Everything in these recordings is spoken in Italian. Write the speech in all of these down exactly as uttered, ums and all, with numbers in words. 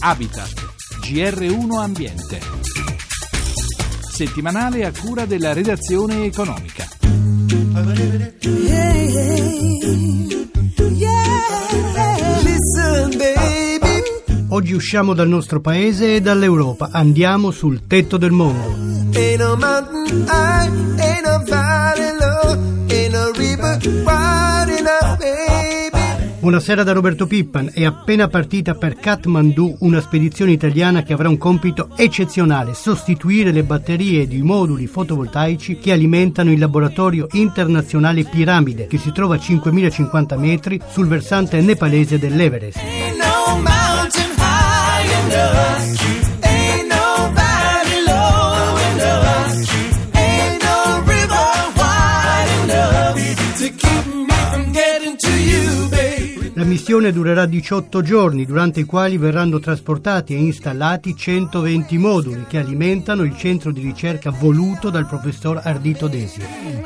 Habitat, G R uno Ambiente. Settimanale a cura della redazione economica. Oggi usciamo dal nostro paese e dall'Europa, andiamo sul tetto del mondo. Buonasera da Roberto Pippan. È appena partita per Kathmandu una spedizione italiana che avrà un compito eccezionale: sostituire le batterie di moduli fotovoltaici che alimentano il laboratorio internazionale Piramide, che si trova a cinquemilacinquanta metri sul versante nepalese dell'Everest. La missione durerà diciotto giorni, durante i quali verranno trasportati e installati centoventi moduli che alimentano il centro di ricerca voluto dal professor Ardito Desio.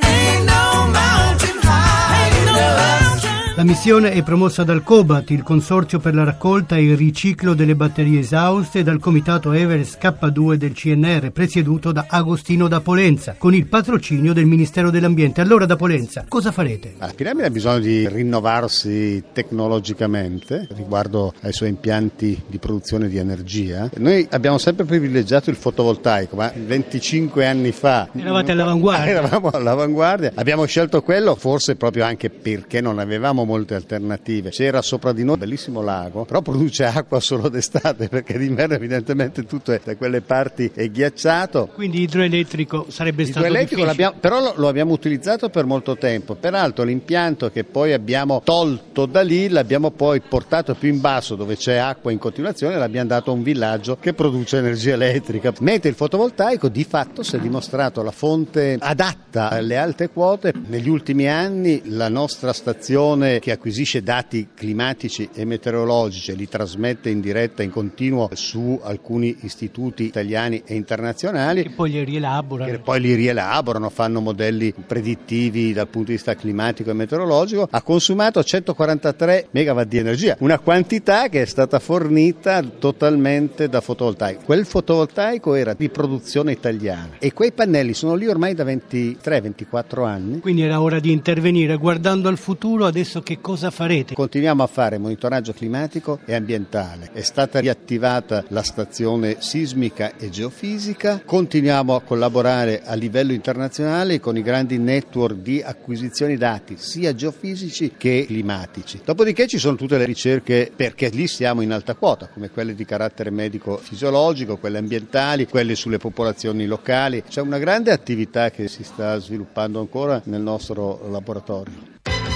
La missione è promossa dal COBAT, il Consorzio per la raccolta e il riciclo delle batterie esauste, e dal Comitato Everest K due del C N R, presieduto da Agostino da Polenza, con il patrocinio del Ministero dell'Ambiente. Allora, da Polenza, cosa farete? La Piramide ha bisogno di rinnovarsi tecnologicamente riguardo ai suoi impianti di produzione di energia. Noi abbiamo sempre privilegiato il fotovoltaico, ma venticinque anni fa eravate all'avanguardia. Eravamo all'avanguardia. Abbiamo scelto quello forse proprio anche perché non avevamo molte alternative. C'era sopra di noi un bellissimo lago, però produce acqua solo d'estate, perché d'inverno evidentemente tutto è da quelle parti è ghiacciato. Quindi idroelettrico sarebbe stato idroelettrico difficile. Però lo, lo abbiamo utilizzato per molto tempo. Peraltro l'impianto che poi abbiamo tolto da lì l'abbiamo poi portato più in basso, dove c'è acqua in continuazione, e l'abbiamo dato a un villaggio che produce energia elettrica. Mentre il fotovoltaico di fatto si è dimostrato la fonte adatta alle alte quote. Negli ultimi anni la nostra stazione, che acquisisce dati climatici e meteorologici e li trasmette in diretta in continuo su alcuni istituti italiani e internazionali, e poi li rielaborano che poi li rielaborano, fanno modelli predittivi dal punto di vista climatico e meteorologico, ha consumato centoquarantatré megawatt di energia, una quantità che è stata fornita totalmente da fotovoltaico. Quel fotovoltaico era di produzione italiana e quei pannelli sono lì ormai da ventitré ventiquattro anni. Quindi era ora di intervenire. Guardando al futuro, adesso che cosa farete? Continuiamo a fare monitoraggio climatico e ambientale. È stata riattivata la stazione sismica e geofisica. Continuiamo a collaborare a livello internazionale con i grandi network di acquisizioni dati, sia geofisici che climatici. Dopodiché ci sono tutte le ricerche, perché lì siamo in alta quota, come quelle di carattere medico-fisiologico, quelle ambientali, quelle sulle popolazioni locali. C'è una grande attività che si sta sviluppando ancora nel nostro laboratorio.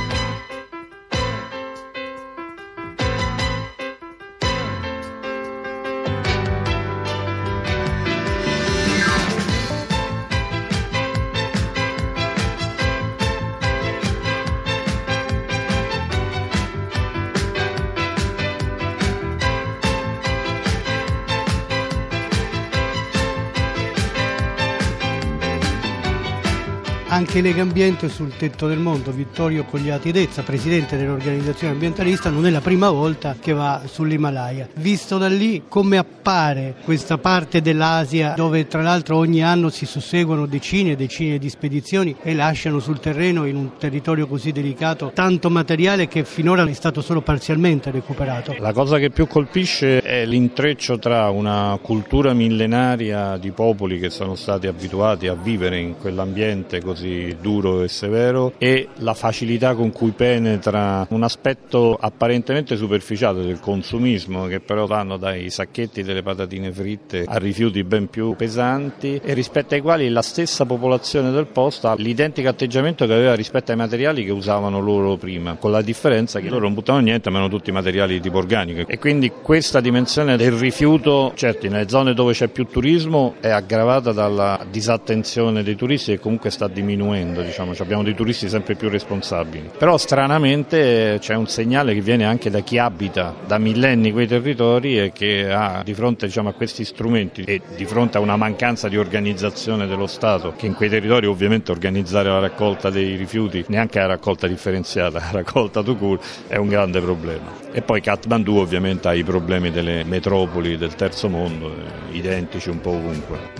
Anche Legambiente sul tetto del mondo. Vittorio Cogliati Dezza, presidente dell'organizzazione ambientalista, non è la prima volta che va sull'Himalaya. Visto da lì, come appare questa parte dell'Asia, dove tra l'altro ogni anno si susseguono decine e decine di spedizioni e lasciano sul terreno, in un territorio così delicato, tanto materiale che finora è stato solo parzialmente recuperato? La cosa che più colpisce è l'intreccio tra una cultura millenaria di popoli che sono stati abituati a vivere in quell'ambiente così duro e severo e la facilità con cui penetra un aspetto apparentemente superficiale del consumismo, che però vanno dai sacchetti delle patatine fritte a rifiuti ben più pesanti, e rispetto ai quali la stessa popolazione del posto ha l'identico atteggiamento che aveva rispetto ai materiali che usavano loro prima, con la differenza che loro non buttano niente, ma hanno tutti i materiali di tipo organico, e quindi questa dimensione del rifiuto, certo nelle zone dove c'è più turismo, è aggravata dalla disattenzione dei turisti, che comunque sta diminuendo diminuendo, diciamo, abbiamo dei turisti sempre più responsabili. Però stranamente c'è un segnale che viene anche da chi abita da millenni quei territori e che ha di fronte, diciamo, a questi strumenti e di fronte a una mancanza di organizzazione dello Stato, che in quei territori ovviamente organizzare la raccolta dei rifiuti, neanche la raccolta differenziata, la raccolta tout court, è un grande problema. E poi Kathmandu ovviamente ha i problemi delle metropoli del terzo mondo, eh, identici un po' ovunque.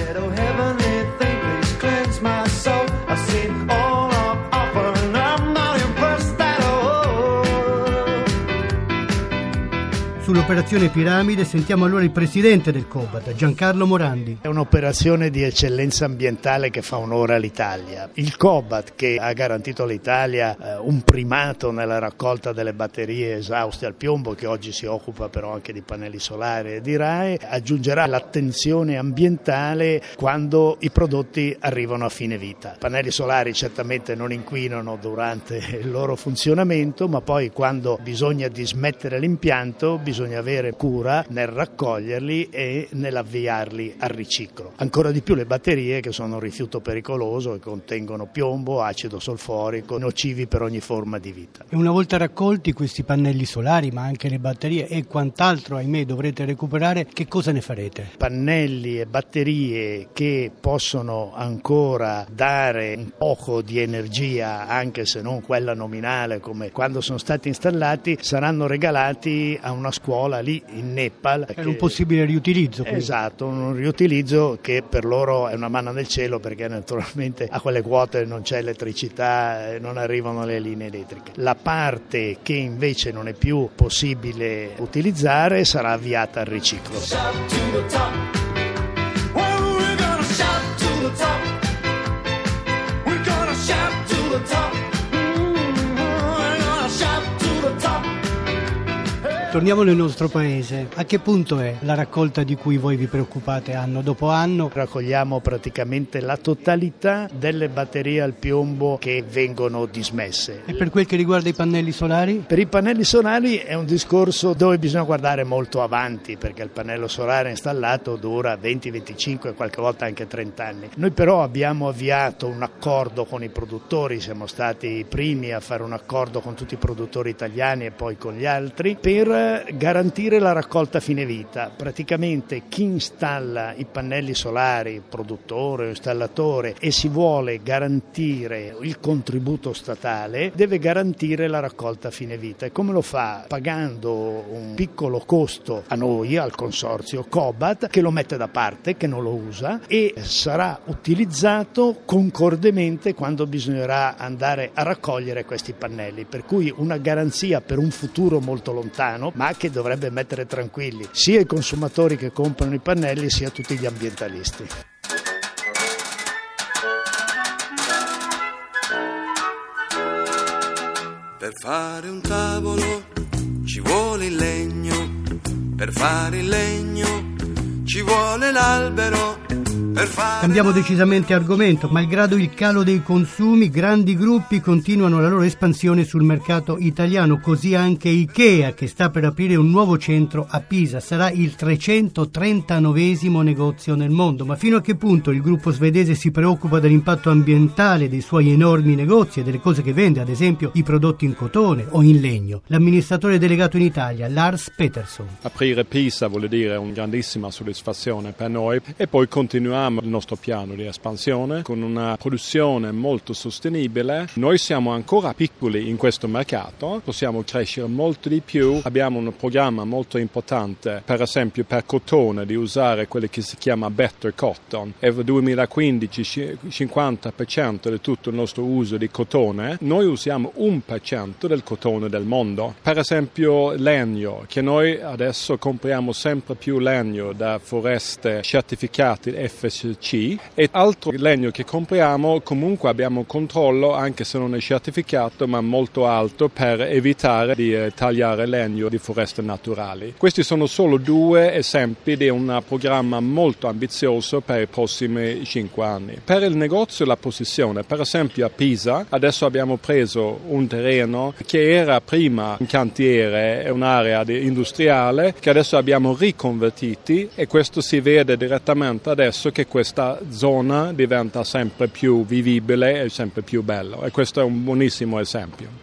Sull'operazione Piramide sentiamo allora il presidente del COBAT, Giancarlo Morandi. È un'operazione di eccellenza ambientale che fa onore all'Italia. Il COBAT, che ha garantito all'Italia eh, un primato nella raccolta delle batterie esauste al piombo, che oggi si occupa però anche di pannelli solari e di R A E, aggiungerà l'attenzione ambientale quando i prodotti arrivano a fine vita. I pannelli solari certamente non inquinano durante il loro funzionamento, ma poi quando bisogna dismettere l'impianto bisogna Bisogna avere cura nel raccoglierli e nell'avviarli al riciclo. Ancora di più le batterie, che sono un rifiuto pericoloso e contengono piombo, acido solforico, nocivi per ogni forma di vita. E una volta raccolti questi pannelli solari, ma anche le batterie e quant'altro, ahimè, dovrete recuperare, che cosa ne farete? Pannelli e batterie che possono ancora dare un poco di energia, anche se non quella nominale come quando sono stati installati, saranno regalati a una scuola lì in Nepal. È un possibile riutilizzo. Quindi. Esatto, un riutilizzo che per loro è una manna nel cielo, perché naturalmente a quelle quote non c'è elettricità e non arrivano le linee elettriche. La parte che invece non è più possibile utilizzare sarà avviata al riciclo. Torniamo nel nostro paese. A che punto è la raccolta di cui voi vi preoccupate anno dopo anno? Raccogliamo praticamente la totalità delle batterie al piombo che vengono dismesse. E per quel che riguarda i pannelli solari? Per i pannelli solari è un discorso dove bisogna guardare molto avanti, perché il pannello solare installato dura venti, venticinque, qualche volta anche trenta anni. Noi però abbiamo avviato un accordo con i produttori, siamo stati i primi a fare un accordo con tutti i produttori italiani e poi con gli altri, per garantire la raccolta a fine vita. Praticamente chi installa i pannelli solari, produttore o installatore, e si vuole garantire il contributo statale, deve garantire la raccolta a fine vita. E come lo fa? Pagando un piccolo costo a noi, al consorzio COBAT, che lo mette da parte, che non lo usa, e sarà utilizzato concordemente quando bisognerà andare a raccogliere questi pannelli. Per cui una garanzia per un futuro molto lontano, ma che dovrebbe mettere tranquilli sia i consumatori che comprano i pannelli sia tutti gli ambientalisti. Per fare un tavolo ci vuole il legno, per fare il legno ci vuole l'albero. Cambiamo decisamente argomento. Malgrado il calo dei consumi, grandi gruppi continuano la loro espansione sul mercato italiano, così anche Ikea, che sta per aprire un nuovo centro a Pisa. Sarà il trecentotrentanovesimo negozio nel mondo. Ma fino a che punto il gruppo svedese si preoccupa dell'impatto ambientale dei suoi enormi negozi e delle cose che vende, ad esempio i prodotti in cotone o in legno? L'amministratore delegato in Italia, Lars Peterson. Aprire Pisa vuol dire una grandissima soddisfazione per noi e poi continuiamo il nostro piano di espansione con una produzione molto sostenibile. Noi siamo ancora piccoli in questo mercato, possiamo crescere molto di più. Abbiamo un programma molto importante, per esempio per cotone, di usare quello che si chiama Better Cotton. E nel duemilaquindici cinquanta per cento di tutto il nostro uso di cotone. Noi usiamo uno per cento del cotone del mondo. Per esempio legno, che noi adesso compriamo sempre più legno da foreste certificate F S C, e altro legno che compriamo comunque abbiamo controllo, anche se non è certificato, ma molto alto, per evitare di eh, tagliare legno di foreste naturali. Questi sono solo due esempi di un programma molto ambizioso per i prossimi cinque anni. Per il negozio la posizione, per esempio a Pisa, adesso abbiamo preso un terreno che era prima un cantiere, un'area industriale, che adesso abbiamo riconvertiti, e questo si vede direttamente adesso che e questa zona diventa sempre più vivibile e sempre più bello, e questo è un buonissimo esempio.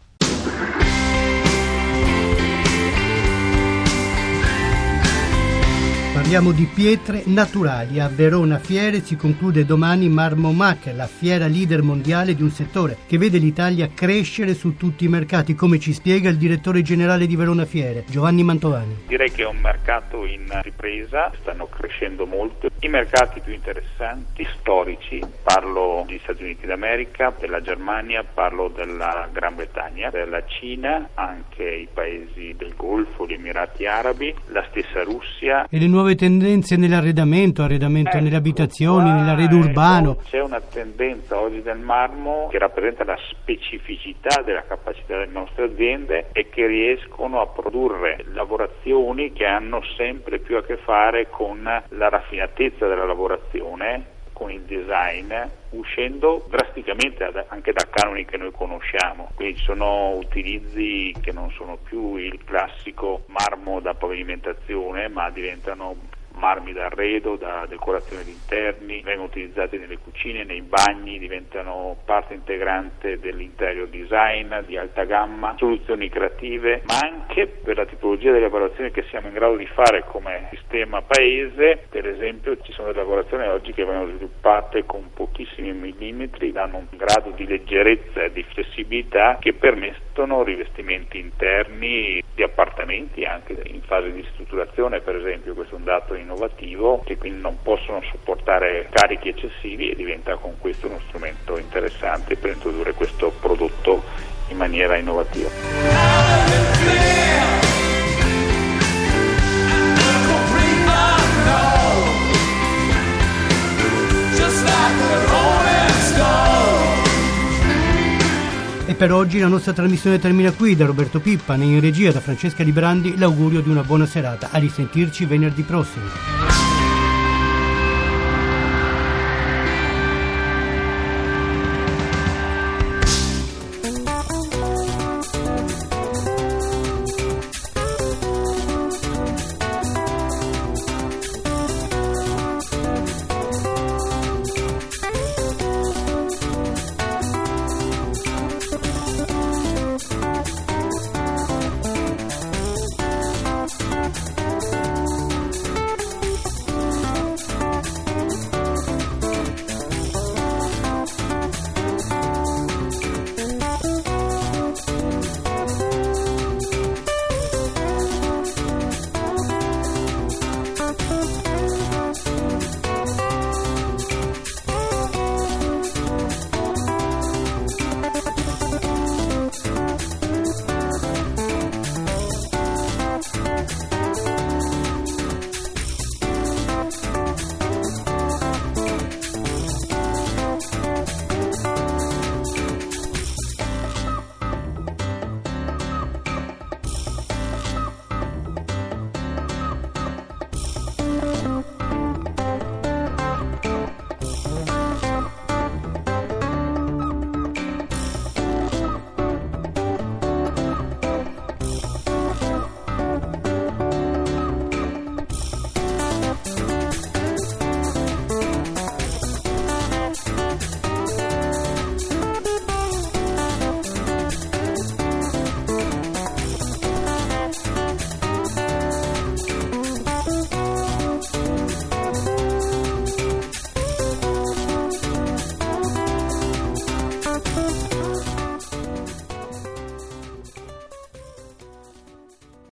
Parliamo di pietre naturali. A Verona Fiere si conclude domani Marmomac, la fiera leader mondiale di un settore che vede l'Italia crescere su tutti i mercati, come ci spiega il direttore generale di Verona Fiere, Giovanni Mantovani. Direi che è un mercato in ripresa, stanno crescendo molto. I mercati più interessanti, storici, parlo degli Stati Uniti d'America, della Germania, parlo della Gran Bretagna, della Cina, anche i paesi del Golfo, gli Emirati Arabi, la stessa Russia. E le nuove tendenze nell'arredamento, arredamento ecco, nelle abitazioni, qua, nell'arredo urbano. Ecco, c'è una tendenza oggi del marmo che rappresenta la specificità della capacità delle nostre aziende e che riescono a produrre lavorazioni che hanno sempre più a che fare con la raffinatezza della lavorazione, con il design, uscendo drasticamente anche da canoni che noi conosciamo. Quindi ci sono utilizzi che non sono più il classico marmo da pavimentazione, ma diventano marmi d'arredo, da decorazione di interni, vengono utilizzati nelle cucine, nei bagni, diventano parte integrante dell'interior design di alta gamma, soluzioni creative, ma anche per la tipologia delle lavorazioni che siamo in grado di fare come sistema paese. Per esempio ci sono delle lavorazioni oggi che vengono sviluppate con pochissimi millimetri, danno un grado di leggerezza e di flessibilità che permettono rivestimenti interni di appartamenti anche in fase di strutturazione. Per esempio, questo è un dato innovativo, che quindi non possono sopportare carichi eccessivi, e diventa con questo uno strumento interessante per introdurre questo prodotto in maniera innovativa. E per oggi la nostra trasmissione termina qui. Da Roberto Pippan e in regia da Francesca Librandi l'augurio di una buona serata. A risentirci venerdì prossimo.